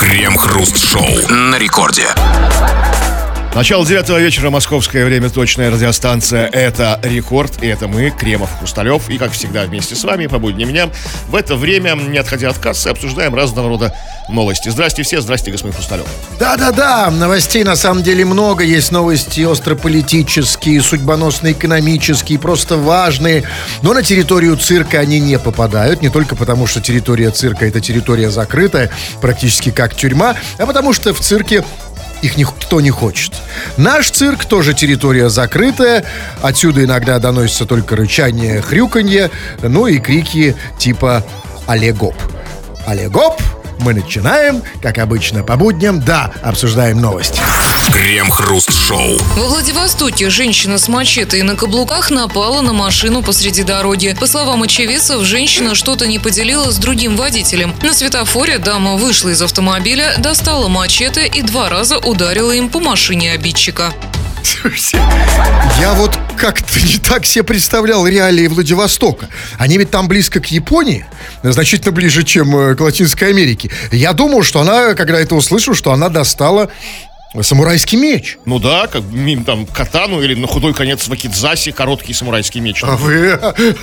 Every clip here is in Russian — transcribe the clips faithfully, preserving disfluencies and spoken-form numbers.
Крем-хруст-шоу на рекорде. Начало девятого вечера, московское время, точная радиостанция. Это «Рекорд», и это мы, Кремов, Хрусталев. И, как всегда, вместе с вами, по будним дням, в это время, не отходя от кассы, обсуждаем разного рода новости. Здрасте все, здрасте, господин Хрусталев. Да-да-да, новостей на самом деле много. Есть новости острополитические, судьбоносные, экономические, просто важные. Но на территорию цирка они не попадают. Не только потому, что территория цирка — это территория закрытая, практически как тюрьма, а потому что в цирке их никто не хочет. Наш цирк тоже территория закрытая. Отсюда иногда доносится только рычание, хрюканье, ну и крики типа «Але-гоп». «Але-гоп». Мы начинаем, как обычно, по будням. Да, обсуждаем новости. Крем-хруст-шоу. Во Владивостоке женщина с мачете и на каблуках напала на машину посреди дороги. По словам очевидцев, женщина что-то не поделила с другим водителем. На светофоре дама вышла из автомобиля, достала мачете и два раза ударила им по машине обидчика. Слушайте, я вот как-то не так себе представлял реалии Владивостока. Они ведь там близко к Японии, значительно ближе, чем к Латинской Америке. Я думал, что она, когда это услышал, что она достала самурайский меч. Ну да, как там катану или на худой конец вакидзаси, короткий самурайский меч. А вы...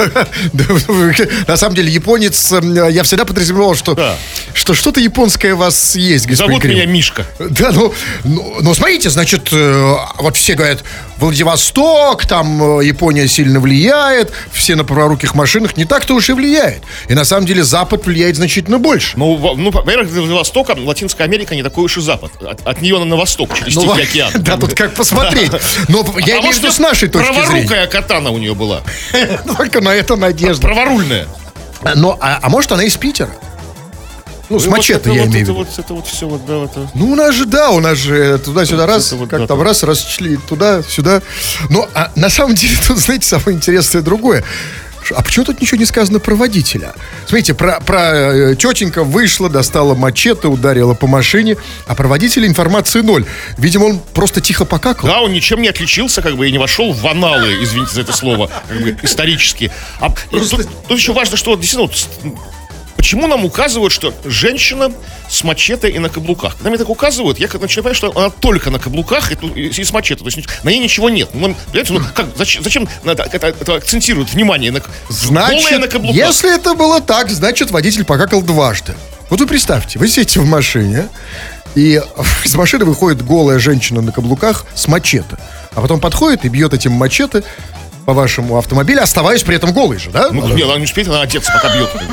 На самом деле, японец... Я всегда подразумевал, что Да. что что-то японское у вас есть, господин Зовут Кремов. меня Мишка. Да, ну, ну, ну, смотрите, значит, э, вот все говорят, Владивосток, там э, Япония сильно влияет, все на праворуких машинах, не так-то уж и влияет. И на самом деле Запад влияет значительно больше. Ну, во- ну во-первых, для Владивостока Латинская Америка не такой уж и Запад. От, от нее на восток, через Ну, Тихий во- океан. Да, тут как посмотреть. Но я А имею в может, виду с нашей точки зрения. праворукая катана у нее была. Только на это надежда. Праворульная. Но, а, а может, она из Питера? Ну, с Ну, вот мачете, это я вот, имею в это виду. вот, это вот все вот, да, это... Ну, у нас же, да, у нас же туда-сюда раз, это вот, как да, там да. раз, расчли туда-сюда. Но а на самом деле тут, знаете, самое интересное другое. Ш- А почему тут ничего не сказано про водителя? Смотрите, про, про э, тетенька вышла, достала мачете, ударила по машине, а про водителя информации ноль. Видимо, он просто тихо покакал. Да, он ничем не отличился, как бы, и не вошел в аналы, извините за это слово, как бы, исторически. А и Просто- тут, тут еще важно, что вот, действительно, вот, с- почему нам указывают, что женщина с мачете и на каблуках? Когда мне так указывают, я как начинаю понимать, что она только на каблуках и, ту- и с мачете. То есть на ней ничего нет. Ну, понимаете, ну как, зачем, зачем надо, это, это акцентирует внимание на, голая Значит, на каблуках? если это было так, значит, водитель покакал дважды. Вот вы представьте, вы сидите в машине, и из машины выходит голая женщина на каблуках с мачете. А потом подходит и бьет этим мачете по вашему автомобилю, оставаясь при этом голой же, да? Ну, нет, она не успеет, она одеться, пока бьет. как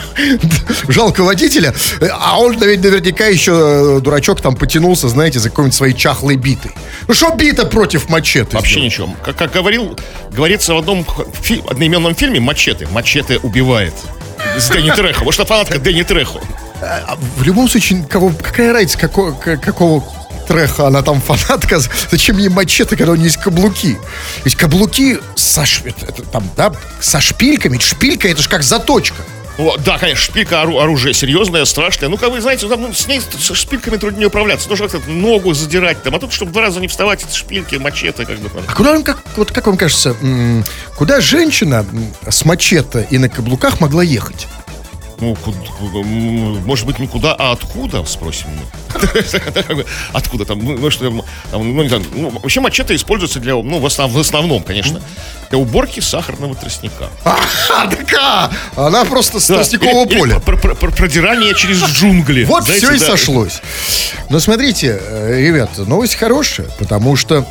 бы. Жалко водителя. А он ведь наверняка еще, э, дурачок, там потянулся, знаете, за какой-нибудь своей чахлой битой. Ну что бита против мачете? Вообще сделать? ничего. Как, как говорил, говорится в одном фи- одноименном фильме «Мачете». Мачете убивает. С Дэнни Трехо. Вот что фанатка Дэнни Трехо. А в любом случае, кого, какая разница, какого, к- какого треха она там фанатка, зачем ей мачете, когда у нее есть каблуки? Ведь каблуки со, ш- это- это там, да, со шпильками, шпилька это же как заточка. Ну, да, конечно, шпилька ору- оружие серьезное, страшное. Ну, как вы знаете, там, ну, с ней с шпильками труднее управляться. Нужно как-то ногу задирать там. А тут, чтобы два раза не вставать, эти шпильки, мачете, как бы там. А куда, вам, как, вот как вам кажется, м, куда женщина м, с мачете и на каблуках могла ехать? Ну, куд- м, может быть, никуда, а откуда, спросим мы. Откуда там, ну, ну, что, там, ну, не знаю, ну, вообще мачете используется для, ну, в основ- в основном, конечно, для уборки сахарного тростника. А, так а, она просто с Да, тростникового или- или поля. про- про- про- Продирание через джунгли. Вот Знаете, все и да. сошлось. Но смотрите, э, ребята, новость хорошая, потому что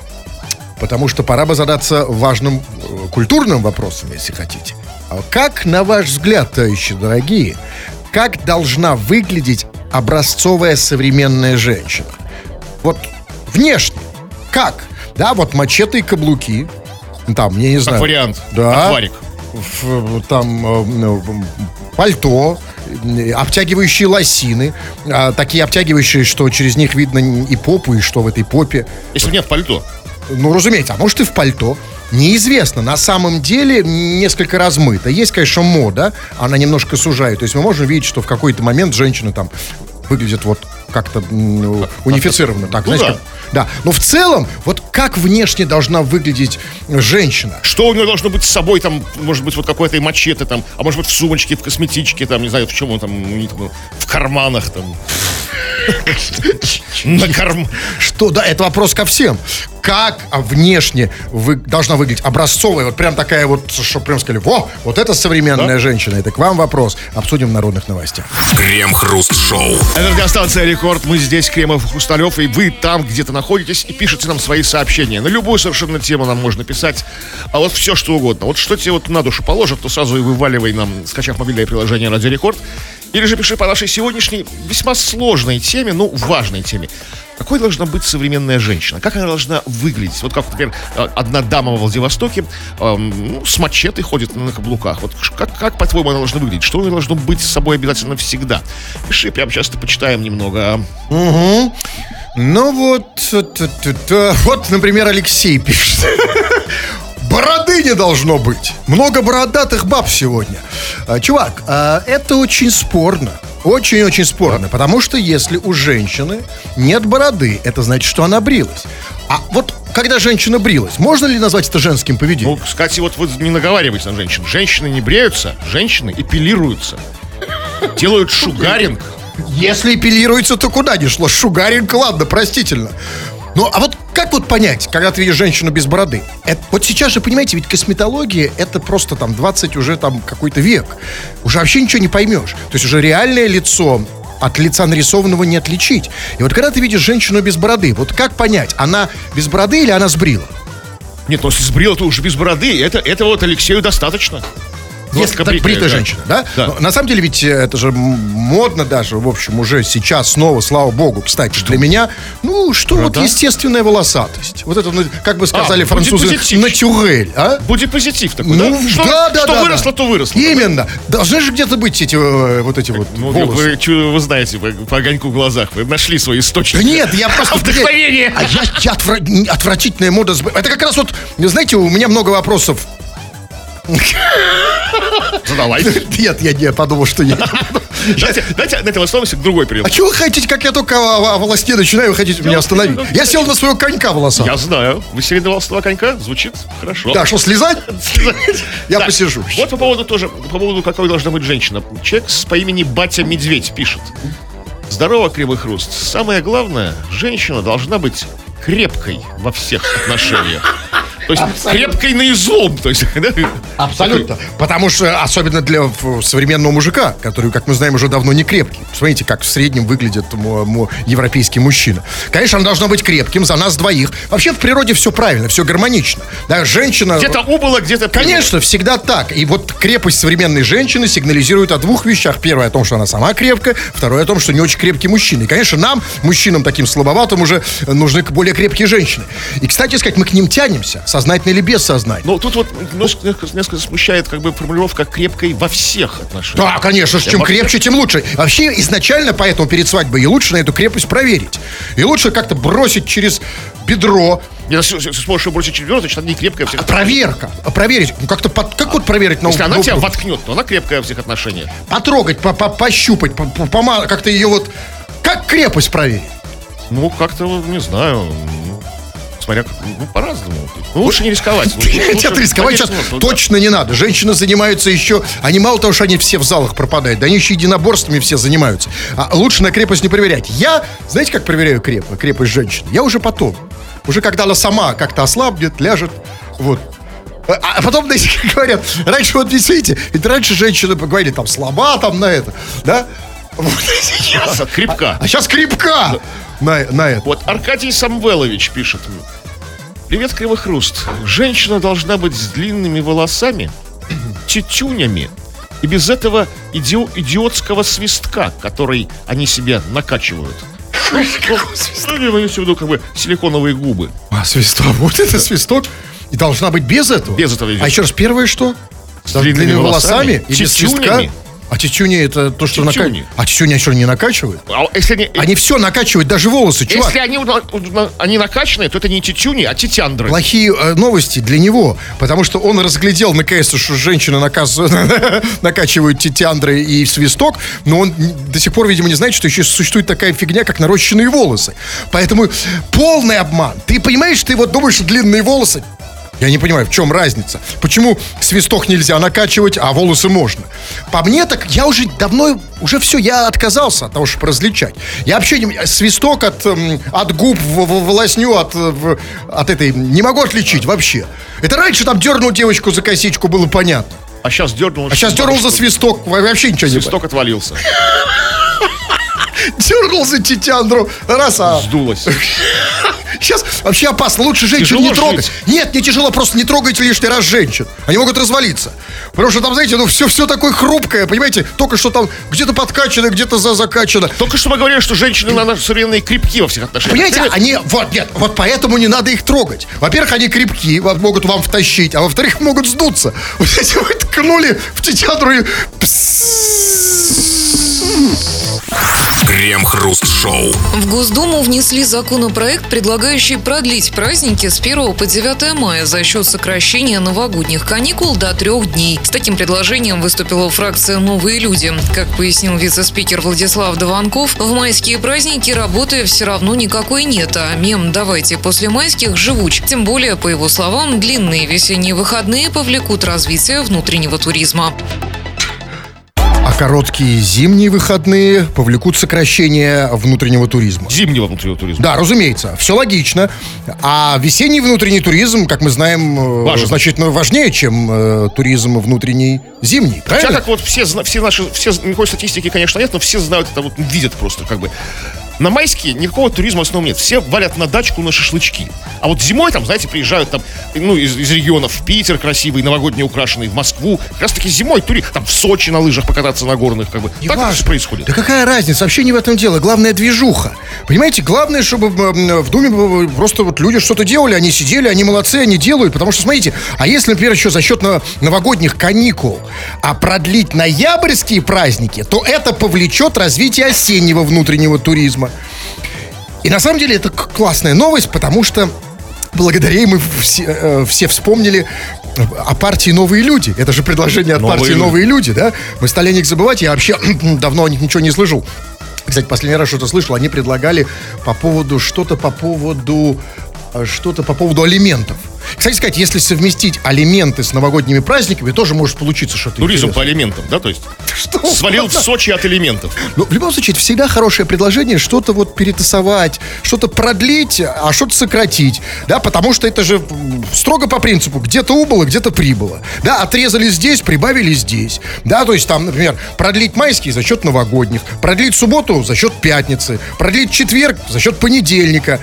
потому что пора бы задаться важным э, культурным вопросом, если хотите. А как, на ваш взгляд, товарищи дорогие, как должна выглядеть образцовая современная женщина? Вот внешне. Как? Да, вот мачете и каблуки. Там, я не Как знаю. вариант. Да. Акварик. В- там э, ну, пальто, э, обтягивающие лосины, а, такие обтягивающие, что через них видно и попу, и что в этой попе. Если нет пальто. Ну, разумеется, а может и в пальто. Неизвестно. На самом деле несколько размыто. Есть, конечно, мода, она немножко сужает. То есть мы можем видеть, что в какой-то момент женщина там выглядит вот как-то м, унифицированно. Так, Ну знаете, да. как- да. Но в целом, вот как внешне должна выглядеть женщина? Что у него должно быть с собой, там, может быть, вот какое-то и мачете, там, а может быть, в сумочке, в косметичке, там, не знаю, в чем он там, у них, ну, в карманах, там. На корм. Что, да, это вопрос ко всем. Как внешне вы, должна выглядеть образцовая, вот прям такая вот, что прям сказали, во, вот это современная женщина. Это к вам вопрос. Обсудим в народных новостях. Крем-хруст-шоу. Это радиостанция «Рекорд». Мы здесь, Кремов, Хрусталев, и вы там где-то находитесь и пишете нам свои сообщения. На любую совершенно тему нам можно писать, а вот все, что угодно. Вот что тебе вот на душу положат, то сразу и вываливай нам, скачав мобильное приложение «Радио Рекорд». Или же пиши по нашей сегодняшней весьма сложной теме, ну, важной теме. Какой должна быть современная женщина? Как она должна выглядеть? Вот как, например, одна дама во Владивостоке эм, ну, с мачете ходит на каблуках. Вот как, как, по-твоему, она должна выглядеть? Что у нее должно быть с собой обязательно всегда? Пиши, прямо сейчас почитаем немного. Угу. Ну вот, вот, например, Алексей пишет. Бороды не должно быть. Много бородатых баб сегодня. Чувак, это очень спорно. Очень-очень спорно. Потому что если у женщины нет бороды, это значит, что она брилась. А вот когда женщина брилась, можно ли назвать это женским поведением? Ну, кстати, вот вы не наговаривайте на женщин. Женщины не бреются, женщины эпилируются. Делают шугаринг. Если эпилируется, то куда ни шло? Шугаринг, ладно, простительно. Ну, а вот как вот понять, когда ты видишь женщину без бороды? Это, вот сейчас же, понимаете, ведь косметология это просто там двадцать уже там какой-то век. Уже вообще ничего не поймешь. То есть уже реальное лицо от лица нарисованного не отличить. И вот когда ты видишь женщину без бороды, вот как понять, она без бороды или она сбрила? Нет, ну если сбрила, то уже без бороды. Это, это вот Алексею достаточно. Если так бритая, бритая да. женщина, да? да. Но, на самом деле ведь это же модно даже, в общем, уже сейчас снова, слава богу, кстати, что? Для меня, ну, что Борода? Вот естественная волосатость. Вот это, как бы сказали а, французы, натюрель, а? Бодипозитив такой, ну, да? Что, да, да, что да, выросло, да. то выросло. Именно. Должны же где-то быть эти вот эти вот ну, волосы. Вы, вы знаете, вы, по огоньку в глазах, вы нашли свой источник. Да нет, я просто... Вдохновение. А я, я отвра... отвратительная мода. Это как раз вот, знаете, у меня много вопросов. Задавай. Нет, я не подумал, что я... Дайте, дайте на этой основе к другой перейдем. А чего вы хотите, как я только о, о волосне начинаю, вы хотите меня остановить? Я сел на своего конька волоса. Я знаю. Вы сели на волосного конька? Звучит хорошо. Да, что, слезать? Я посижу. Вот по поводу тоже, по поводу какой должна быть женщина. Человек по имени Батя Медведь пишет. Здорово, Кривый Хруст. Самое главное, женщина должна быть крепкой во всех отношениях. То есть абсолютно. Крепкой на излом. То есть, да? Абсолютно. Потому что, особенно для современного мужика, который, как мы знаем, уже давно не крепкий. Смотрите, как в среднем выглядит европейский мужчина. Конечно, он должен быть крепким за нас двоих. Вообще в природе все правильно, все гармонично. Да, женщина... Где-то убыло, где-то... Конечно, всегда так. И вот крепость современной женщины сигнализирует о двух вещах. Первое, о том, что она сама крепкая. Второе, о том, что не очень крепкий мужчина. И, конечно, нам, мужчинам таким слабоватым, уже нужны более крепкие женщины. И, кстати сказать, мы к ним тянемся. Сознательно или бессознательно. Ну, тут вот несколько, несколько смущает как бы формулировка «крепкой во всех отношениях». Да, конечно, чем крепче, тем лучше. Вообще, изначально, поэтому перед свадьбой и лучше на эту крепость проверить. И лучше как-то бросить через бедро. Если сможешь ее бросить через бедро, значит, она не крепкая во всех отношениях. Проверка. Проверить. Ну, как-то, под, как вот проверить? Если она тебя воткнет, то она крепкая во всех отношениях. Потрогать, пощупать, как-то ее вот... Как крепость проверить? Ну, как-то, не знаю... Смотря, ну, по-разному. Ну, лучше не рисковать. Нет, рисковать сейчас точно не надо. Женщины занимаются еще... Они мало того, что они все в залах пропадают, да они еще единоборствами все занимаются. А лучше на крепость не проверять. Я, знаете, как проверяю креп, крепость женщины? Я уже потом. Уже когда она сама как-то ослабнет, ляжет. Вот. А потом, знаете, как говорят, раньше, вот видите, ведь раньше женщины говорили, там, слаба, там, на это, да? Вот, сейчас. А, крепка. А, а сейчас крепка. На, на это. Вот Аркадий Самвелович пишет. Привет, Кривый Хруст. Женщина должна быть с длинными волосами, тютюнями и без этого иди- идиотского свистка, который они себе накачивают. Ну, я имею в виду, как бы, силиконовые губы. А, свисток. Вот это свисток. И должна быть без этого? Без этого. А еще раз, первое что? С длинными, длинными волосами, волосами и без свистка? А тютюни это то, что накачивают? А тютюни что, не накачивают? А если они... они все накачивают, даже волосы, чувак. Если они, они накачанные, то это не тютюни, а титяндры. Плохие э, новости для него, потому что он разглядел наконец-то, что женщины наказ... накачивают титяндры и свисток, но он до сих пор, видимо, не знает, что еще существует такая фигня, как нарощенные волосы. Поэтому полный обман. Ты понимаешь, ты вот думаешь, что длинные волосы... Я не понимаю, в чем разница? Почему свисток нельзя накачивать, а волосы можно? По мне так, я уже давно, уже все, я отказался от того, чтобы различать. Я вообще не, свисток от, от губ в, в, волосню, от, в, от этой, не могу отличить вообще. Это раньше там дернул девочку за косичку, было понятно. А сейчас дернул. А сейчас дернул за свисток, вообще ничего не было. Свисток отвалился. Дернул за тетяндру, раз, а... Сдулось. Сейчас вообще опасно, лучше женщин Тяжело не трогать. жить. Нет, не тяжело, просто не трогайте лишний раз женщин. Они могут развалиться. Потому что там, знаете, ну все, все такое хрупкое, понимаете? Только что там где-то подкачано, где-то за закачано. Только что мы говорили, что женщины на наши современные крепки во всех отношениях. Понимаете, они, вот, нет, вот поэтому не надо их трогать. Во-первых, они крепки, вот, могут вам втащить, а во-вторых, могут сдуться. Вот если вы ткнули в тетяндру и... Крем-хруст-шоу. В Госдуму внесли законопроект, предлагающий продлить праздники с первого по девятое мая за счет сокращения новогодних каникул до трех дней. С таким предложением выступила фракция «Новые люди». Как пояснил вице-спикер Владислав Дованков, в майские праздники работы все равно никакой нет, а мем «давайте после майских» живуч. Тем более, по его словам, длинные весенние выходные повлекут развитие внутреннего туризма. А короткие зимние выходные повлекут сокращение внутреннего туризма. Зимнего внутреннего туризма. Да, разумеется, все логично. А весенний внутренний туризм, как мы знаем, э, Важен. значительно важнее, чем э, туризм внутренний зимний. Хотя Правильно? как вот все, зна- все наши, все, никакой статистики, конечно, нет, но все знают это, вот видят просто как бы. На майские никакого туризма в основном нет. Все валят на дачку, на шашлычки. А вот зимой там, знаете, приезжают там, ну, из, из регионов в Питер красивый, новогодний украшенный, в Москву. Как раз таки зимой туризм. Там в Сочи на лыжах покататься на горных, как бы. Не Так это важно. все происходит. Да какая разница? Вообще не в этом дело. Главное движуха. Понимаете, главное, чтобы м, в Думе просто вот люди что-то делали, они сидели, они молодцы, они делают. Потому что, смотрите, а если, например, еще за счет на- новогодних каникул, а продлить ноябрьские праздники, то это повлечет развитие осеннего внутреннего туризма. И на самом деле это к- классная новость, потому что благодаря ей мы все, э, все вспомнили о партии «Новые люди». Это же предложение от Новые партии люди. «Новые люди», да? Мы стали о них забывать, я вообще давно о них ничего не слышал. Кстати, последний раз что-то слышал, они предлагали по поводу, что-то по поводу, э, что-то по поводу алиментов. Кстати сказать, если совместить алименты с новогодними праздниками, тоже может получиться что-то Туризм интересное. по алиментам, да, то есть Что свалил в угодно. Сочи от элементов. Ну, в любом случае, это всегда хорошее предложение что-то вот перетасовать, что-то продлить, а что-то сократить, да, потому что это же м, строго по принципу, где-то убыло, где-то прибыло, да, отрезали здесь, прибавили здесь, да, то есть там, например, продлить майские за счет новогодних, продлить субботу за счет пятницы, продлить четверг за счет понедельника,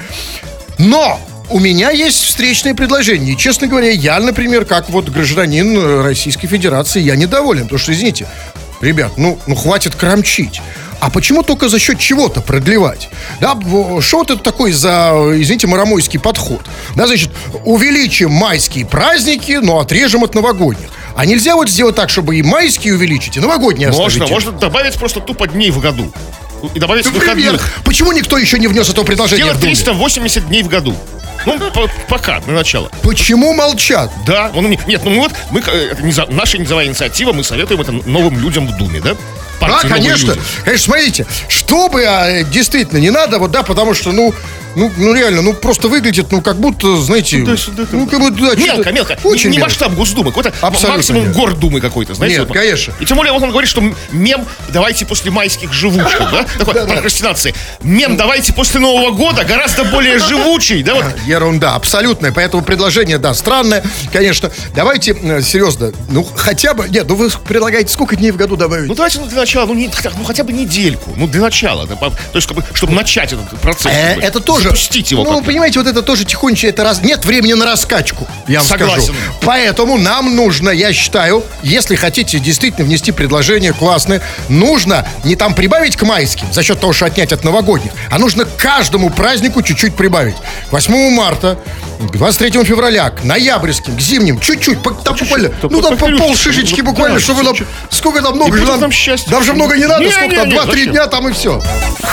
но у меня есть встречное предложение. И, честно говоря, я, например, как вот гражданин э, Российской Федерации, я недоволен. Потому что, извините, ребят, ну, ну хватит крамчить. А почему только за счет чего-то продлевать? Да, в- что вот это такой за, извините, марамойский подход? Да, значит, увеличим майские праздники, но отрежем от новогодних. А нельзя вот сделать так, чтобы и майские увеличить, и новогодние Можно, оставить? можно добавить просто тупо дней в году. И добавить Например, выходных. почему никто еще не внес этого предложения Делать в Думе? триста восемьдесят дней в году. Ну, по- пока, на начало. Почему молчат? Да, он, нет, ну вот, мы, э, это не за- наша низовая инициатива, мы советуем это новым людям в Думе, да? Да, Партии «Новые конечно. люди». Конечно, смотрите, чтобы а, действительно не надо, вот да, потому что, ну, ну, ну реально, ну просто выглядит, ну, как будто, знаете, Туда-сюда, ну, как будто, да, Мелко, что-то мелко. Очень не мелко. масштаб Госдумы, какой-то Абсолютно максимум нет. Гордумы какой-то, знаете. Нет, вот. конечно. И тем более вот он говорит, что мем давайте после майских живучек, да? Такой прокрастинации. Мем давайте после Нового года гораздо более живучий, да? Вот. Ерунда, абсолютная. Поэтому предложение, да, странное, конечно. Давайте, э, серьезно, ну, хотя бы, нет, ну, вы предлагаете сколько дней в году добавить? Ну давайте ну, для начала, ну, не, хотя- ну хотя бы недельку, ну для начала, да, по- то есть как бы, чтобы начать этот процесс, Э, как бы, это тоже, запустить его. ну, как-то. понимаете, вот это тоже тихонечко, это раз, нет времени на раскачку, я вам Согласен. скажу. Поэтому нам нужно, я считаю, если хотите действительно внести предложение классное, нужно не там прибавить к майским за счет того, что отнять от новогодних, а нужно к каждому празднику чуть-чуть прибавить. К восьмому марта, к двадцать третьему февраля, к ноябрьским, к зимним, чуть-чуть, по- там буквально, да, ну по- там по по пол хрюшечке, шишечки ну, буквально, да, чтобы нам, чуть-чуть. сколько там много И же будет нам, нам счастье. нам же много не надо, Не, сколько не, там, не, два-три зачем? дня там и все.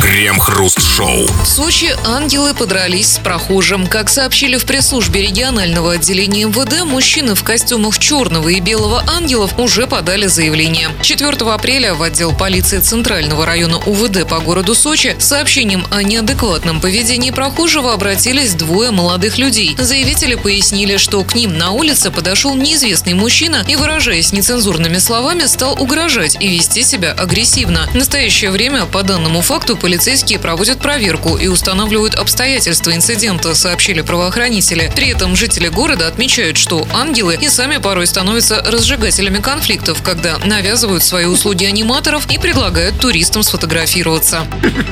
Крем-хруст-шоу. В Сочи ангелы подрались с прохожим. Как сообщили в пресс-службе регионального отделения эм вэ дэ, мужчины в костюмах черного и белого ангелов уже подали заявление. четвёртого апреля в отдел полиции Центрального района у вэ дэ по городу Сочи с сообщением о неадекватном поведении прохожего обратились двое молодых людей. Заявители пояснили, что к ним на улице подошел неизвестный мужчина и, выражаясь нецензурными словами, стал угрожать и вести себя агрессивно. В настоящее время по данному факту полицейские проводят проверку и устанавливают обстоятельства инцидента, сообщили правоохранители. При этом жители города отмечают, что ангелы и сами порой становятся разжигателями конфликтов, когда навязывают свои услуги аниматоров и предлагают туристам сфотографироваться.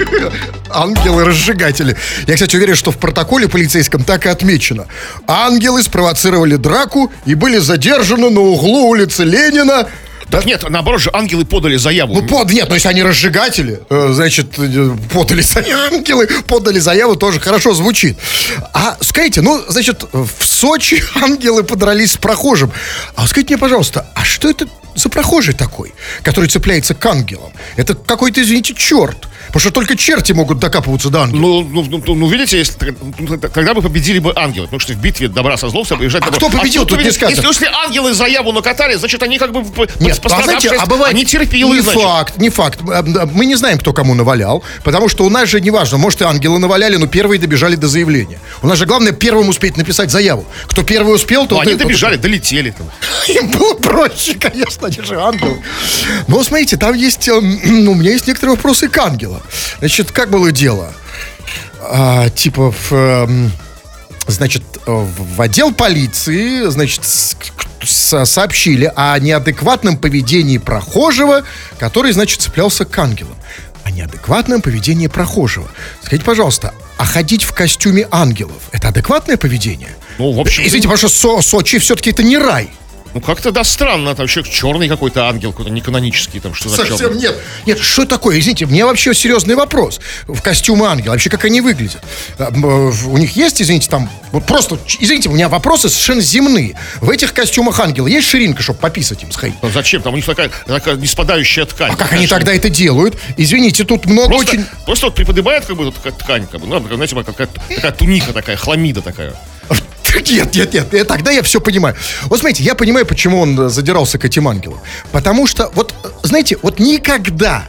Ангелы-разжигатели. Я, кстати, уверен, что в протоколе полицейском так и отмечено. Ангелы спровоцировали драку и были задержаны на углу улицы Ленина. Так нет, наоборот же, ангелы подали заяву. Ну, под, нет, но если они разжигатели, э, значит, э, подали заяву, ангелы подали заяву, тоже хорошо звучит. А скажите, ну, значит, в Сочи ангелы подрались с прохожим. А скажите мне, пожалуйста, а что это за прохожий такой, который цепляется к ангелам? Это какой-то, извините, черт. Потому что только черти могут докапываться до ангелов. Ну, ну, ну, ну видите, если, тогда бы победили бы ангелы. Потому что в битве добра со злом побежать. А кто победил, тут не сказано. Если, если ангелы заяву накатали, значит, они как бы Нет, а знаете, а бывает, они терпилы, не значит. факт, не факт. Мы не знаем, кто кому навалял, потому что у нас же не важно, может, и ангелы наваляли, но первые добежали до заявления. У нас же главное первым успеть написать заяву. Кто первый успел, то... Ну, они ты, добежали, то... долетели там. Им было проще, конечно, они же ангелы. Но, смотрите, там есть... Ну, у меня есть некоторые вопросы к ангелам. Значит, как было дело? А, типа, в, значит, в отдел полиции, значит, с, с, сообщили о неадекватном поведении прохожего, который, значит, цеплялся к ангелам. О неадекватном поведении прохожего. Скажите, пожалуйста, а ходить в костюме ангелов — это адекватное поведение? Ну, в общем... Извините, потому что Со- Сочи все-таки это не рай. Ну, как-то, да, странно. Там человек черный какой-то ангел, какой-то неканонический, там, что за Совсем черный? нет. Нет, что такое? Извините, мне вообще серьезный вопрос. В костюмы ангела, вообще как они выглядят? У них есть, извините, там, вот просто, извините, у меня вопросы совершенно земные. В этих костюмах ангела есть ширинка, чтобы пописать им сходить? Ну, зачем? Там у них такая, такая неспадающая ткань. А как они тогда это делают? Извините, тут много Просто, очень... просто вот приподнимает как бы вот такая ткань, как бы, ну, знаете, какая, такая туника такая, хламида такая. Нет, нет, нет, тогда я все понимаю. Вот смотрите, я понимаю, почему он задирался к этим ангелам. Потому что, вот, знаете, вот никогда,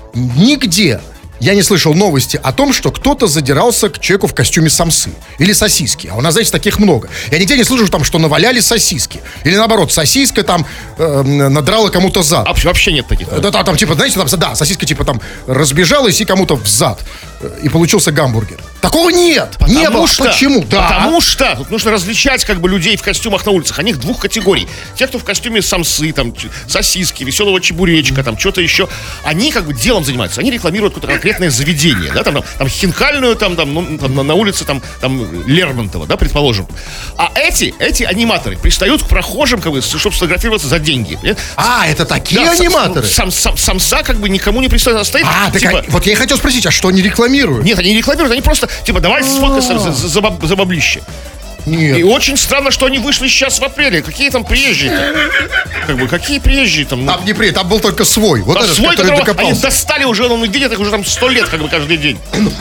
нигде я не слышал новости о том, что кто-то задирался к человеку в костюме самсы или сосиски. А у нас, знаете, таких много. Я нигде не слышу там, что наваляли сосиски. Или наоборот, сосиска там э, надрала кому-то зад. А, вообще нет таких. Да, да, там типа, знаете, там, да, сосиска типа там разбежалась и кому-то в зад. И получился гамбургер. Такого нет! Потому не было. Что, Почему? Да. Потому что тут нужно различать как бы людей в костюмах на улицах. Они двух категорий. Те, кто в костюме самсы, там, сосиски, веселого чебуречка, там, что-то еще. Они как бы делом занимаются. Они рекламируют какое-то конкретное заведение. Да, там, там, там хинкальную, там, там, ну, там на, на улице, там, там, Лермонтова, да, предположим. А эти, эти аниматоры пристают к прохожим, как бы, чтобы сфотографироваться за деньги. А, это такие да, аниматоры? Сам, сам, самса как бы никому не пристает. Она стоит, а, типа... так, вот я и хотел спросить, а что они рекламируют? Нет, они не рекламируют, они просто, типа, давайте сфоткаемся за, за, за, баб- за баблище. Нет. И очень странно, что они вышли сейчас в апреле. Какие там приезжие-то? Как бы, какие приезжие там? Там не приезжие, там был только свой. Вот там этот, свой, который которого докопался. они достали уже, он видит их уже там сто лет, как бы, каждый день.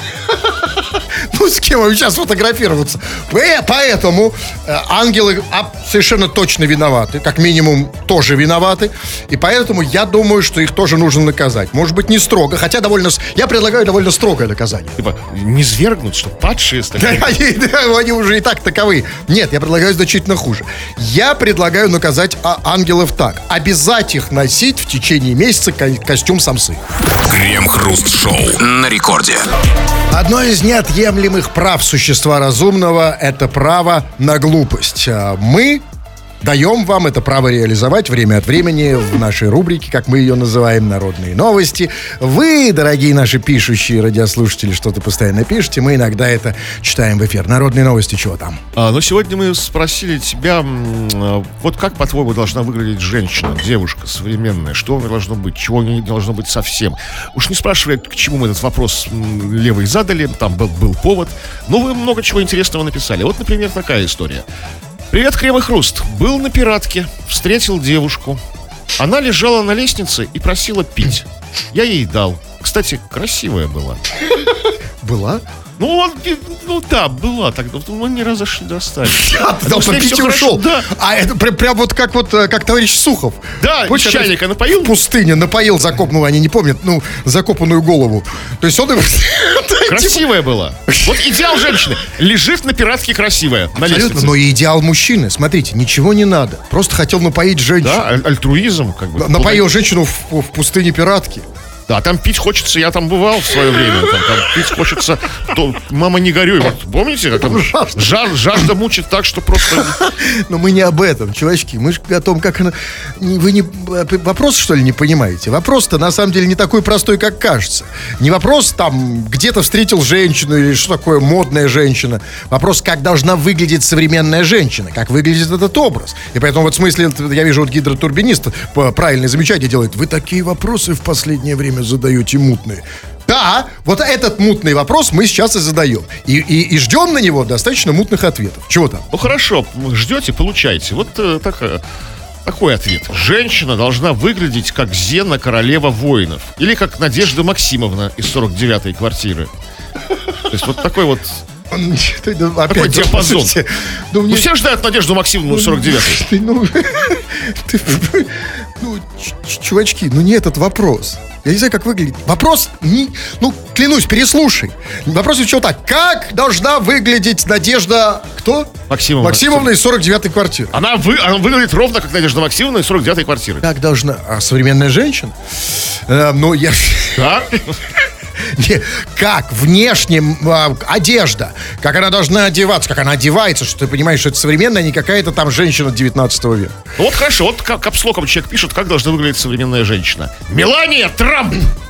Ну, с кем им сейчас фотографироваться? Э, Поэтому э, ангелы а, совершенно точно виноваты. Как минимум, тоже виноваты. И поэтому я думаю, что их тоже нужно наказать. Может быть, не строго, хотя довольно... Я предлагаю довольно строгое наказание. Типа, не свергнуть, что падшие стали. Да, они, да, они уже и так таковы. Нет, я предлагаю значительно хуже. Я предлагаю наказать а, ангелов так. Обязать их носить в течение месяца ко- костюм самсы. Крем-хруст-шоу на рекорде. Одно из неотъемлемых прав существа разумного – это право на глупость. Мы даем вам это право реализовать время от времени в нашей рубрике, как мы ее называем, «Народные новости». Вы, дорогие наши пишущие радиослушатели, что-то постоянно пишете, мы иногда это читаем в эфир. «Народные новости» чего там? А, но сегодня мы спросили тебя, м, вот как, по-твоему, должна выглядеть женщина, девушка современная? Что у нее должно быть, чего у нее не должно быть совсем? Уж не спрашивая, к чему мы этот вопрос м, левый задали, там был, был повод, но вы много чего интересного написали. Вот, например, такая история. Привет, Крем и Хруст. Был на пиратке, встретил девушку. Она лежала на лестнице и просила пить. Я ей дал. кстати, красивая была. Была? Ну, он, ну да, была тогда. Мы не разошли достать. Да, попить и ушел. Да. А это прям, прям вот как вот как товарищ Сухов. Да, из чайника напоил. В пустыне напоил закопанную, они не помнят, ну, закопанную голову. То есть он... Красивая была. Вот идеал женщины. Лежит на пиратке красивая. На лестнице. Но и идеал мужчины. Смотрите, ничего не надо. Просто хотел напоить женщину. Да, аль- альтруизм. Как бы. Напоил женщину в, в пустыне пиратки. Да, там пить хочется, я там бывал в свое время, там, там пить хочется, то, мама, не горюй, вот, помните, как там жар, жажда мучит так, что просто... Но мы не об этом, чувачки, мы же о том, как она... Вы не... Вопрос, что ли, не понимаете? Вопрос-то, на самом деле, не такой простой, как кажется. Не вопрос, там, где-то встретил женщину, или что такое модная женщина. Вопрос, как должна выглядеть современная женщина, как выглядит этот образ. И поэтому, вот в смысле, я вижу, вот гидротурбинист правильное замечание делает. Вы такие вопросы в последнее время задаете мутные. Да, вот этот мутный вопрос мы сейчас и задаем. И, и, и ждем на него достаточно мутных ответов. Чего там? Ну хорошо, ждете, получаете. Вот э, так, э, такой ответ. Женщина должна выглядеть как Зена, королева воинов. Или как Надежда Максимовна из сорок девятой квартиры. То есть вот такой вот... Какой диапазон? Ну, мне... ну, все ждают Надежду Максимовну сорок девятой. Ну, ты, ну, чувачки, ну не этот вопрос. Я не знаю, как выглядит. Вопрос, не, ну, клянусь, переслушай. Вопрос еще так. Как должна выглядеть Надежда... Кто? Максимовна. Максимовна из сорок девятой квартиры. Она, вы, она выглядит ровно, как Надежда Максимовна из сорок девятой квартиры. Как должна... А современная женщина? Э, ну, я... Да? Не, как внешне э, одежда, как она должна одеваться, как она одевается, что ты понимаешь, что это современная, а не какая-то там женщина девятнадцатого века. Ну вот хорошо, вот как капслоком человек пишет, как должна выглядеть современная женщина. Мелания Трамп!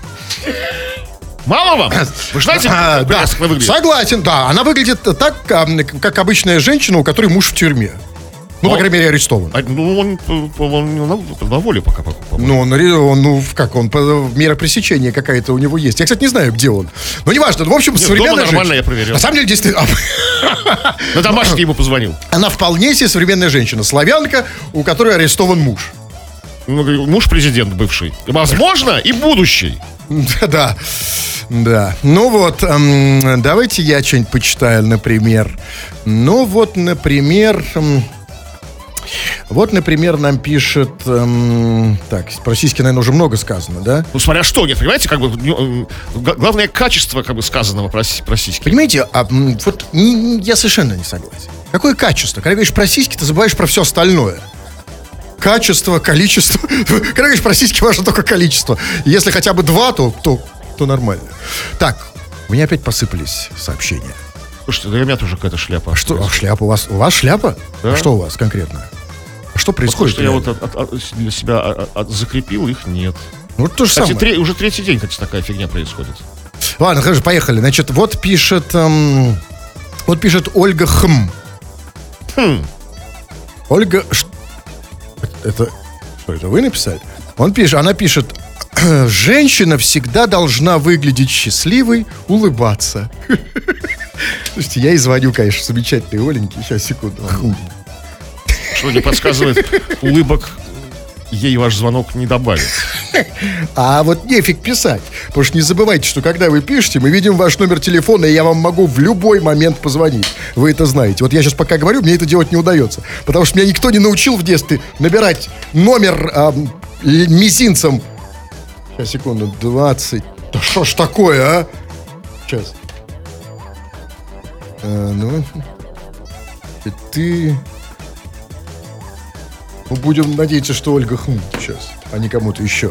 Мало вам? Вы знаете, а, как да, она выглядит? Согласен, да. Она выглядит так, как обычная женщина, у которой муж в тюрьме. Ну, по крайней мере, арестован. А, ну, он, он на, на воле пока. Ну, он, он, ну, как он, мера пресечения какая-то у него есть. Я, кстати, не знаю, где он. Но неважно. В общем, Нет, современная дома нормально, женщина. я проверил. На самом деле, действительно... На домашний ему позвонил. Она вполне себе современная женщина. Славянка, у которой арестован муж. Ну, муж президент бывший. Возможно, и будущий. Да, да. Ну вот, эм, давайте я что-нибудь почитаю, например. Ну вот, например... Эм, Вот, например, нам пишет... Эм, так, про сиськи, наверное, уже много сказано, да? Ну, смотря что, нет, понимаете, как бы... Э, главное, качество, как бы, сказанного про, про сиськи. Понимаете, а, вот не, я совершенно не согласен. Какое качество? Когда говоришь про сиськи, ты забываешь про все остальное. Качество, количество. Когда говоришь про сиськи, важно только количество. Если хотя бы два, то, то, то нормально. Так, у меня опять посыпались сообщения. Слушайте, да у меня тоже какая-то шляпа. А что, а шляпа у вас? У вас шляпа? Да. А что у вас конкретно? А что происходит? Потому что я вот от, от, от, для себя от, от, закрепил, их нет. Ну, то же Кстати, самое. Тре, уже третий день, кстати, такая фигня происходит. Ладно, хорошо, поехали. Значит, вот пишет... Эм, вот пишет Ольга Хм. Хм. Ольга... Ш... Это... Что, это вы написали? Он пишет, она пишет... Женщина всегда должна выглядеть счастливой, улыбаться. Слушайте, я и звоню, конечно, замечательной Оленьке. Сейчас, секунду. Что не подсказывает, улыбок ей ваш звонок не добавит. А вот нефиг писать. Потому что не забывайте, что когда вы пишете, мы видим ваш номер телефона, и я вам могу в любой момент позвонить. Вы это знаете. Вот я сейчас пока говорю, мне это делать не удается. Потому что меня никто не научил в детстве набирать номер э, мизинцем. Сейчас, секунду, двадцать. Да что ж такое, а? Сейчас. А, ну, ты... Ну, будем надеяться, что Ольга Хм сейчас, а не кому-то еще.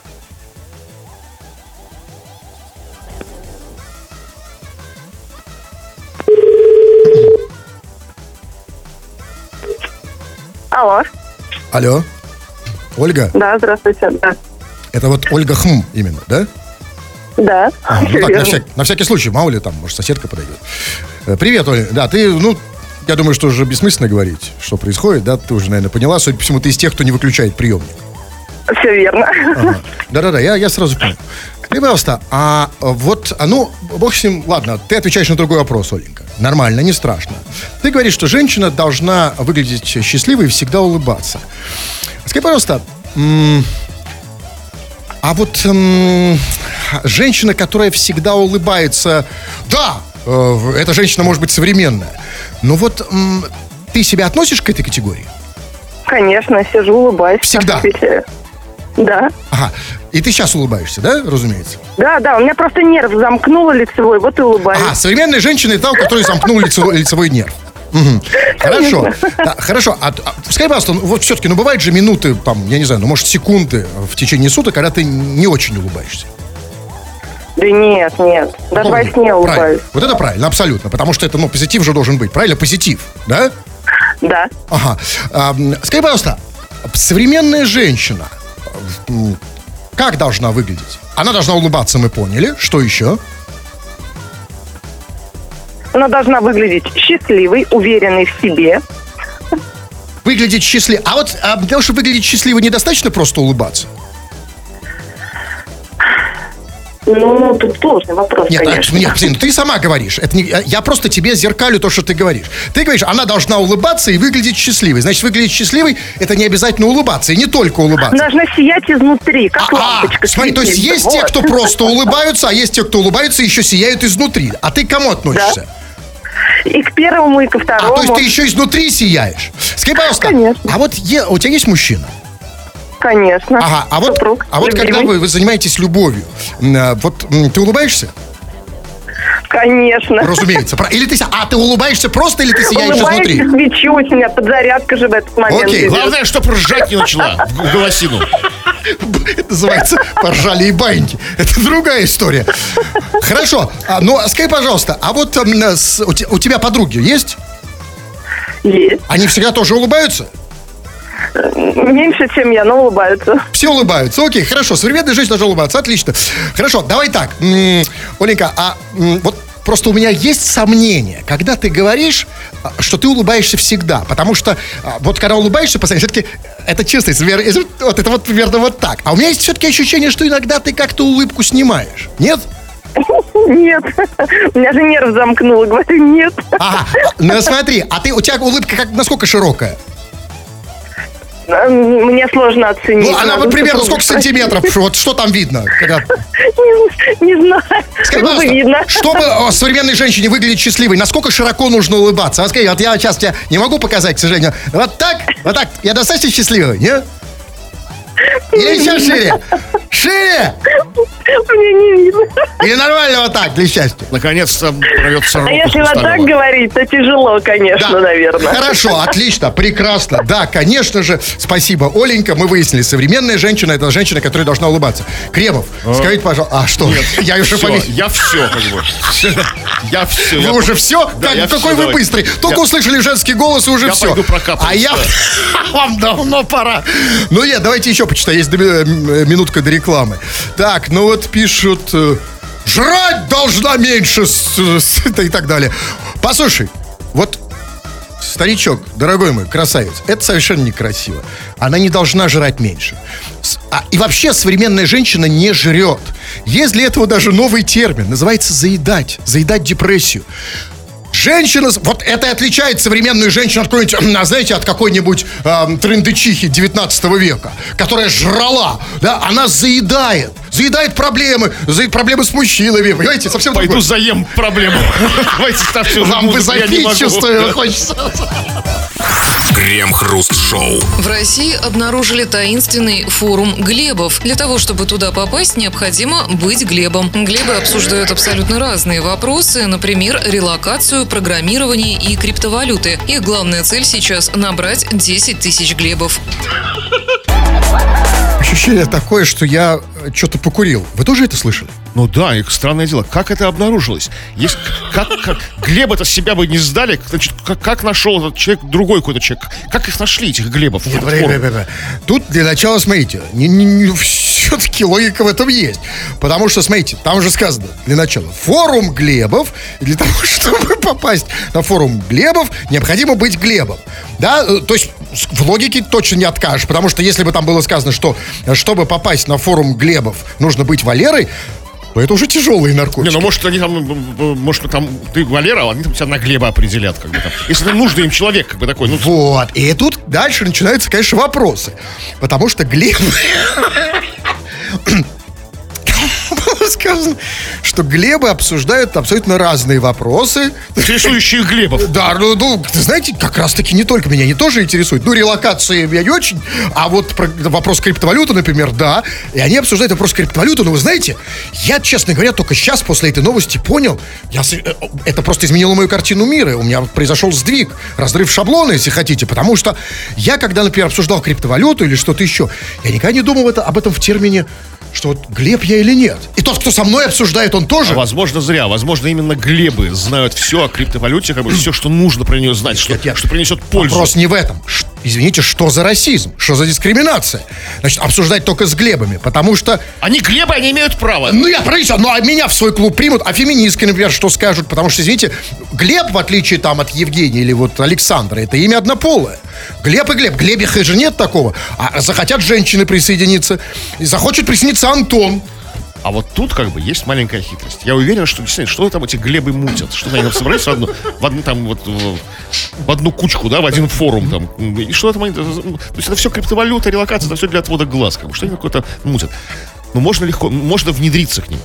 Алло. Алло. Ольга? Да, здравствуйте, да. Это вот Ольга Хм именно, да? Да. А, ну так, на, всяк, на всякий случай, мало ли там, может, соседка подойдет. Привет, Оля. Да, ты, ну, я думаю, что уже бессмысленно говорить, что происходит, да? Ты уже, наверное, поняла. Судя по всему, ты из тех, кто не выключает приемник. Все верно. Ага. Да-да-да, я, я сразу понял. Скажи, пожалуйста, а вот, а ну, бог с ним, ладно, ты отвечаешь на другой вопрос, Оленька. Нормально, не страшно. Ты говоришь, что женщина должна выглядеть счастливой и всегда улыбаться. Скажи, пожалуйста, м- а вот, м- женщина, которая всегда улыбается. Да, э, эта женщина может быть современная. Но вот м, ты себя относишь к этой категории? Конечно, сижу, улыбаюсь. Всегда? Отвечаю. Да. Ага. И ты сейчас улыбаешься, да, разумеется? Да, да, у меня просто нерв замкнуло лицевой, вот и улыбаюсь. А, современная женщина — это та, у которой замкнул лицевой, лицевой нерв. Мгм. Хорошо. Да, хорошо. А, а, скажи, пожалуйста, ну, вот все-таки, ну, бывают же минуты, там, я не знаю, ну, может, секунды в течение суток, когда ты не очень улыбаешься. Да нет, нет, даже Ну, во сне правильно. улыбаюсь. Вот это правильно, абсолютно. Потому что это, ну, позитив же должен быть. Правильно? Позитив, да? Да. Ага. А, м, скажи, пожалуйста, современная женщина м, как должна выглядеть? Она должна улыбаться, мы поняли. Что еще? Она должна выглядеть счастливой, уверенной в себе. Выглядеть счастливо. А вот а, для того, чтобы выглядеть счастливо, недостаточно просто улыбаться? Ну, тут сложный вопрос, Нет, конечно. а, нет, подожди, ну ты сама говоришь. Это не, я просто тебе зеркалю то, что ты говоришь. Ты говоришь, она должна улыбаться и выглядеть счастливой. Значит, выглядеть счастливой — это не обязательно улыбаться, и не только улыбаться. Должна сиять изнутри, как А, лампочка. смотри, то есть светиться. есть те, Вот. кто просто улыбаются, а есть те, кто улыбаются и еще сияют изнутри. А ты к кому относишься? И к первому, и ко А, второму. то есть ты еще изнутри сияешь. Скажи, пожалуйста, Конечно. а вот е- у тебя есть мужчина? Конечно. Ага, а вот, Супруг, а вот когда любимый. вы, вы занимаетесь любовью, м, а, вот м, ты улыбаешься? Конечно. Разумеется. Про- Или ты, си- а ты улыбаешься просто, или ты сияешь Улыбаюсь и изнутри? свечусь, у меня подзарядка же в этот момент Окей, идет. Главное, чтобы ржать не начала в г- голосину. Это называется «поржали и баиньки». Это другая история. Хорошо. А, ну, скажи, пожалуйста, а вот м, с- у, те- у тебя подруги есть? Есть. Они всегда тоже улыбаются? Меньше, чем я, но улыбаются. Все улыбаются. Окей, хорошо. Современная женщина должна улыбаться. Отлично. Хорошо, давай так. М, Оленька, а м, вот просто у меня есть сомнение, когда ты говоришь, а, что ты улыбаешься всегда. Потому что а, вот когда улыбаешься, постоянно, все-таки это чувствуется. вер- из- Вот это вот примерно вот так. А у меня есть все-таки ощущение, что иногда ты как-то улыбку снимаешь. Нет? Нет. У меня же нерв замкнуло. Говорю, нет. Ага. Ну смотри, а ты, у тебя улыбка как, насколько широкая? Мне сложно оценить. Ну, она Надо вот примерно супругу сколько спросить. сантиметров? Вот что там видно? Когда... Не, не знаю. Скажи, Зубы пожалуйста, видно. чтобы о, современной женщине выглядеть счастливой, насколько широко нужно улыбаться? А скажи, вот я сейчас тебе не могу показать, к сожалению. Вот так, вот так. Я достаточно счастливый, не? Или еще шире? Шире! Мне не видно. Или нормально вот так, для счастья? Наконец-то прорвется А рока если вот так Хрусталева. говорить, то тяжело, конечно, наверное. Хорошо, отлично, прекрасно. Да, конечно же, спасибо, Оленька. Мы выяснили, современная женщина — это женщина, которая должна улыбаться. Кремов, скажите, пожалуйста. А что? Я уже Всё, повесил. я все, как бы. Я все. Вы уже все? Да, я Какой всё, вы давай. быстрый. Только Я- услышали женский голос, и уже Я все. пойду прокапываться. А я... Вам давно пора. Ну нет, давайте еще почитаю. Есть до- э, минутка до рекламы. Так, ну вот пишут... э, Жрать должна меньше с- с- и так далее. Послушай, вот... Старичок, дорогой мой, красавец, это совершенно некрасиво. Она не должна жрать меньше. С- а, и вообще современная женщина не жрет. Есть для этого даже новый термин. Называется заедать. Заедать депрессию. Женщина, с- вот это и отличает современную женщину от какой-нибудь, а, знаете, от какой-нибудь эм, трындычихи девятнадцатого века, которая жрала, да, она заедает, заедает проблемы, заедает проблемы с мужчинами, понимаете, совсем Пойду другое. заем проблему. Давайте ставьте уже Вам бы музыку, я не запить, могу. чувствую, хочется. Крем-хруст-шоу. В России обнаружили таинственный форум Глебов. Для того, чтобы туда попасть, необходимо быть Глебом. Глебы обсуждают абсолютно разные вопросы, например, релокацию, программирование и криптовалюты. Их главная цель сейчас — набрать десять тысяч Глебов. Ощущение такое, что я э, что-то покурил. Вы тоже это слышали? Ну да, их странное дело. Как это обнаружилось? Есть, как, как, Глеб-то себя бы не сдали. Значит, как, как нашел этот человек, другой какой-то человек? Как их нашли, этих Глебов? в этот форум? Тут для начала, смотрите, не, не, не, все-таки логика в этом есть. Потому что, смотрите, там же сказано для начала форум Глебов. И для того, чтобы попасть на форум Глебов, необходимо быть Глебом. Да, э, то есть с- в логике точно не откажешь. Потому что если бы там было сказано, что э, чтобы попасть на форум Глебов, нужно быть Валерой, то это уже тяжелые наркотики. Не, ну может они там, э, может там ты Валера, а они там тебя на Глеба определят, как бы там. Если там нужный им человек, как бы такой, ну Вот. И тут дальше начинаются, конечно, вопросы. Потому что Глеб... сказано, что глебы обсуждают абсолютно разные вопросы. Интересующие глебов. Да, ну, ну, знаете, как раз-таки не только меня, они тоже интересуют. Ну, релокации меня не очень, а вот про, вопрос криптовалюты, например, да. И они обсуждают вопрос криптовалюты, но вы знаете, я, честно говоря, только сейчас после этой новости понял, я, это просто изменило мою картину мира. У меня произошел сдвиг, разрыв шаблона, если хотите, потому что я, когда, например, обсуждал криптовалюту или что-то еще, я никогда не думал это, об этом в термине, что вот глеб я или нет. И тот, кто со мной обсуждает, он тоже. А возможно, зря. Возможно, именно глебы знают все о криптовалюте, как бы все, что нужно про нее знать, что, Нет, нет. что принесет пользу. Вопрос не в этом. Ш- Извините, что за расизм? Что за дискриминация? Значит, обсуждать только с глебами, потому что... Они глебы, они имеют право. Ну, я правильно, ну, а меня в свой клуб примут, а феминистки, например, что скажут? Потому что, извините, Глеб, в отличие там от Евгения или вот Александра, это имя однополое. Глеб и Глеб. Глебиха же нет такого. А захотят женщины присоединиться. И захочет присоединиться Антон. А вот тут как бы есть маленькая хитрость. Я уверен, что действительно, что там эти глебы мутят. Что они там собрались в одну, в одну там вот в, в одну кучку, да, в один форум там. И что там они... То есть это все криптовалюта, релокация, это все для отвода глаз. Как бы, что они какое-то мутят. Ну, можно легко, можно внедриться к ним.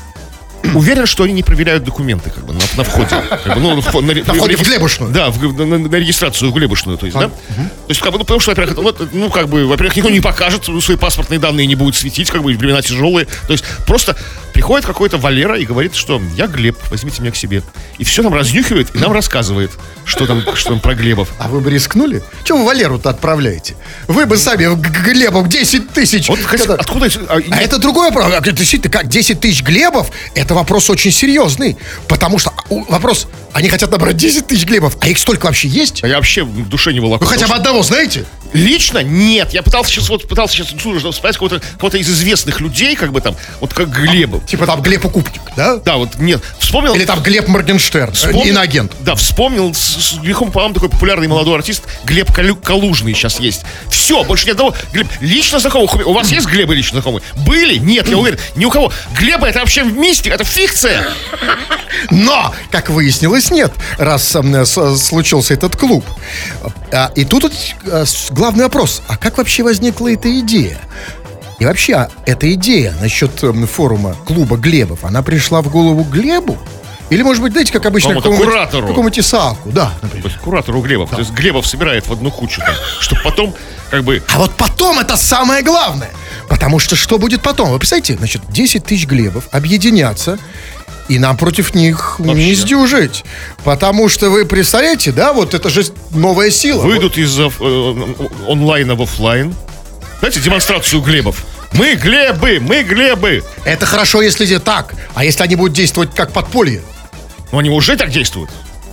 Уверен, что они не проверяют документы как бы, на, на входе. Как бы, ну, в, на, На входе в Глебушную. Да, в, на, на, на регистрацию в Глебушную. То есть, а, да? Угу. То есть, как бы, ну, потому что, во-первых, это, вот, ну, как бы, во-первых, никто не покажет, свои паспортные данные не будут светить, как бы, времена тяжелые. То есть, просто приходит какой-то Валера и говорит, что я Глеб, возьмите меня к себе. И все нам разнюхивает и нам рассказывает, что там, что там про Глебов. А вы бы рискнули? Чего вы Валеру-то отправляете? Вы бы сами в Глебов десять тысяч. Вот, Когда... откуда... А, а это другой вопрос. А, действительно, как десять тысяч Глебов? Это вопрос очень серьезный. Потому что вопрос, они хотят набрать десять тысяч Глебов, а их столько вообще есть? А я вообще в душе не волоку. Вы хотя бы одного знаете? Лично нет. Я пытался сейчас вот пытался сейчас вспомнить кого-то, кого-то из известных людей, как бы там, вот как Глебов. А, типа там Глеб Укупник, да? Да, вот нет. Вспомнил. Или там Глеб Моргенштерн, вспомнил, иноагент. Да, вспомнил с, с грехом пополам такой популярный молодой артист Глеб Калю, Калужный сейчас есть. Все, больше ни одного. Глеб, лично знакомых. У вас есть Глебы лично знакомые? Были? Нет, я уверен. Ни у кого. Глеба это вообще мистика, это фикция. Но, как выяснилось, нет, раз э, с, случился этот клуб. А, и тут э, главный вопрос. А как вообще возникла эта идея? И вообще, а эта идея насчет э, форума клуба Глебов, она пришла в голову Глебу? Или, может быть, знаете, как обычно, какому-нибудь, куратору. какому-нибудь Исааку, да, например. То есть куратору Глебов. Да. То есть Глебов собирает в одну кучу, там, чтобы потом, как бы... А вот потом это самое главное. Потому что что будет потом? Вы представляете, значит, десять тысяч Глебов объединятся, и нам против них вообще не сдюжить. Потому что вы представляете, да, вот это же новая сила. Выйдут вот из э, онлайна в офлайн. Знаете, демонстрацию Глебов. Мы Глебы, мы Глебы. Это хорошо, если так. А если они будут действовать как подполье? Ну, они уже так действуют.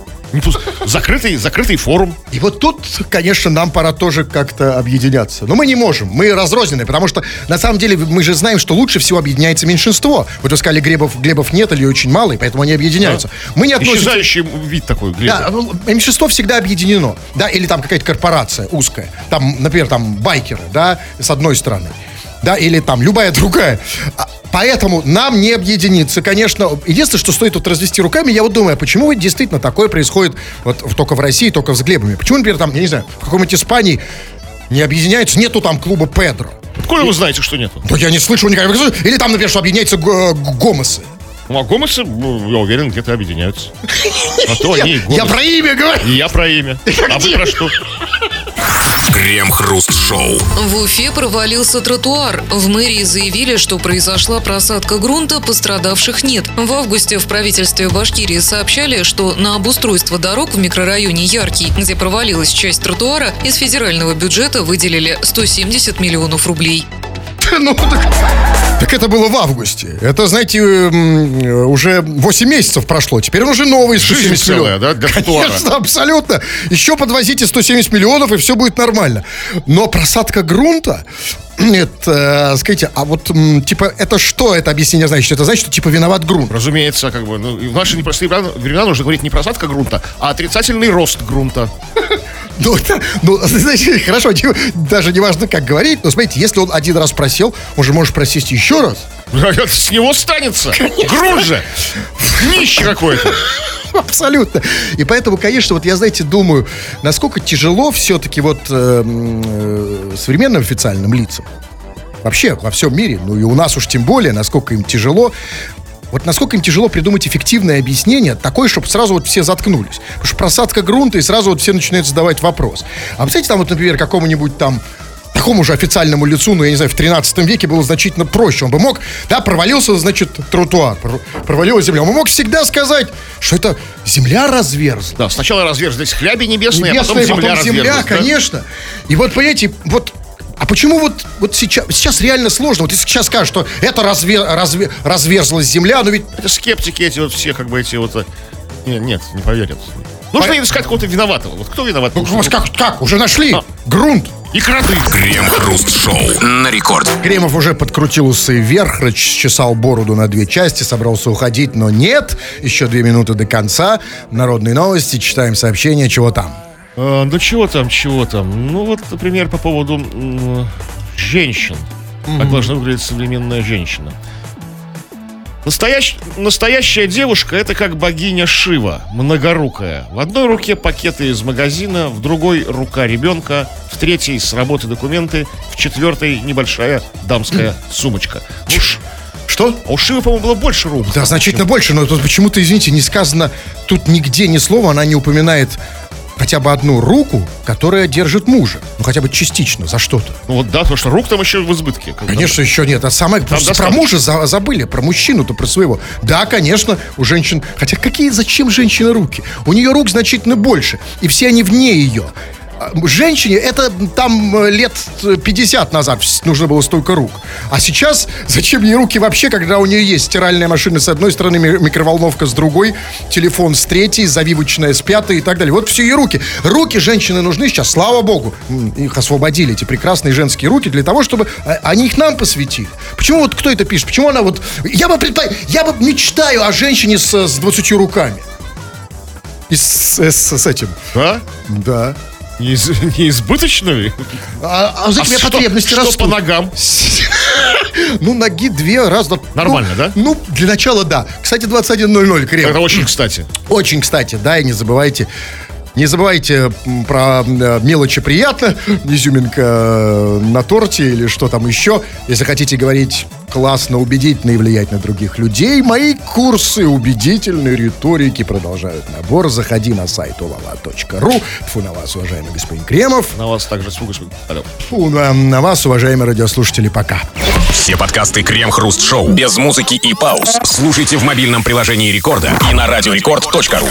Закрытый, закрытый форум. И вот тут, конечно, нам пора тоже как-то объединяться. Но мы не можем, мы разрознены, потому что на самом деле мы же знаем, что лучше всего объединяется меньшинство. Вот вы сказали, Глебов, Глебов нет или очень мало, и поэтому они объединяются. Да. Мы не относимся... Исчезающий вид такой Глеба. Да, ну, меньшинство всегда объединено. Да, или там какая-то корпорация узкая. Там, например, там байкеры, да, с одной стороны. Да, или там любая другая. Поэтому нам не объединиться, конечно. Единственное, что стоит тут развести руками, я вот думаю, почему действительно такое происходит вот только в России, только с Глебами? Почему, например, там, я не знаю, в какой-нибудь Испании не объединяются, нету там клуба Педро? Откуда вы знаете, что нету? Да я не слышал никогда. Или там, например, что объединяются гомосы. Ну, а гомосы, ну, я уверен, где-то объединяются. А то они гомосы. Я про имя говорю. И я про имя. А вы про что? Крем-хруст-шоу. В Уфе провалился тротуар. В мэрии заявили, что произошла просадка грунта, пострадавших нет. В августе в правительстве Башкирии сообщали, что на обустройство дорог в микрорайоне Яркий, где провалилась часть тротуара, из федерального бюджета выделили сто семьдесят миллионов рублей. Ну, так, так это было в августе. Это, знаете, уже восемь месяцев прошло. Теперь он уже новый сто семьдесят миллионов. Да, для тротуара. Конечно, абсолютно. Еще подвозите сто семьдесят миллионов, и все будет нормально. Но просадка грунта, это, скажите, а вот, типа, это что это объяснение значит? Это значит, что, типа, виноват грунт? Разумеется, как бы, ну, в наши непростые времена нужно говорить не просадка грунта, а отрицательный рост грунта. Ну, это, ну, знаете, хорошо, даже не важно, как говорить, но, смотрите, если он один раз просел, он же может просесть еще раз. С него станется. Грунт же. Днище какое-то. Абсолютно. И поэтому, конечно, вот я, знаете, думаю, насколько тяжело все-таки вот э, э, современным официальным лицам вообще во всем мире, ну и у нас уж тем более, насколько им тяжело. Вот насколько им тяжело придумать эффективное объяснение, такое, чтобы сразу вот все заткнулись. Потому что просадка грунта, и сразу вот все начинают задавать вопрос. А представляете, там вот, например, какому-нибудь там такому же официальному лицу, ну, я не знаю, в тринадцатом веке было значительно проще. Он бы мог, да, провалился, значит, тротуар, провалилась земля. Он бы мог всегда сказать, что это земля разверзла. Да, сначала разверзлись хляби небесные, Небесная, а потом земля потом земля, разверзлась, да? конечно. И вот, понимаете, вот... А почему вот, вот сейчас, сейчас реально сложно? Вот если сейчас скажут, что это разве, разве, разверзлась земля, но ведь... Это скептики эти вот все, как бы эти вот... э, Нет, нет, не поверят. Нужно По- искать кого-то виноватого. Вот кто виноват? Ну, вот как, как? Уже нашли? А. Грунт. И кроты. Крем-хруст-шоу на рекорде. Кремов уже подкрутил усы вверх, расчесал бороду на две части, собрался уходить, но нет. Еще две минуты до конца. Народные новости, читаем сообщения, чего там. А, ну чего там, чего там? Ну вот, например, по поводу м, женщин. Как должна выглядеть современная женщина. Настоящ... Настоящая девушка — это как богиня Шива, многорукая. В одной руке пакеты из магазина, в другой рука ребенка, в третьей с работы документы, в четвертой небольшая дамская сумочка. Ну, ш- Что? а у Шивы, по-моему, было больше рук. Да, значительно больше, но тут почему-то, извините, не сказано, тут нигде ни слова, она не упоминает хотя бы одну руку, которая держит мужа. Ну, хотя бы частично, за что-то. Ну вот да, потому что рук там еще в избытке. Как Конечно, еще нет. А самое... Просто про достаточно. мужа за- забыли, про мужчину-то, про своего. Да, конечно, у женщин... Хотя какие, зачем женщины руки? У нее рук значительно больше, и все они вне ее. А женщине это там э, лет пятьдесят назад вс- нужно было столько рук. А сейчас зачем ей руки вообще, когда у нее есть стиральная машина с одной стороны, ми- микроволновка с другой, телефон с третьей, завивочная с пятой и так далее. Вот все ее руки. Руки женщины нужны сейчас, слава богу. М, Их освободили, эти прекрасные женские руки, для того, чтобы а, они их нам посвятили. Почему вот кто это пишет? Почему она вот... Я бы, предпо- я бы мечтаю о женщине с, с двадцатью руками. И с, с- с этим. Да? Да. Не, из- не избыточными? А, а за А тебя что- потребности что растут. по ногам? Ну, ноги две, раз, два. Нормально, ну, да? Ну, для начала, да. Кстати, двадцать один ноль ноль, Крем. Это очень кстати. Очень кстати, да, и не забывайте... Не забывайте м, про э, мелочи приятно, изюминка э, на торте или что там еще. Если хотите говорить классно, убедительно и влиять на других людей, мои курсы убедительной риторики продолжают набор. Заходи на сайт олава точка ру. Фу на вас, уважаемый господин Кремов. На вас также с фугасом. Алло. Фу на, на вас, уважаемые радиослушатели, пока. Все подкасты Крем-хруст-шоу без музыки и пауз слушайте в мобильном приложении Рекорда и на радиорекорд точка ру.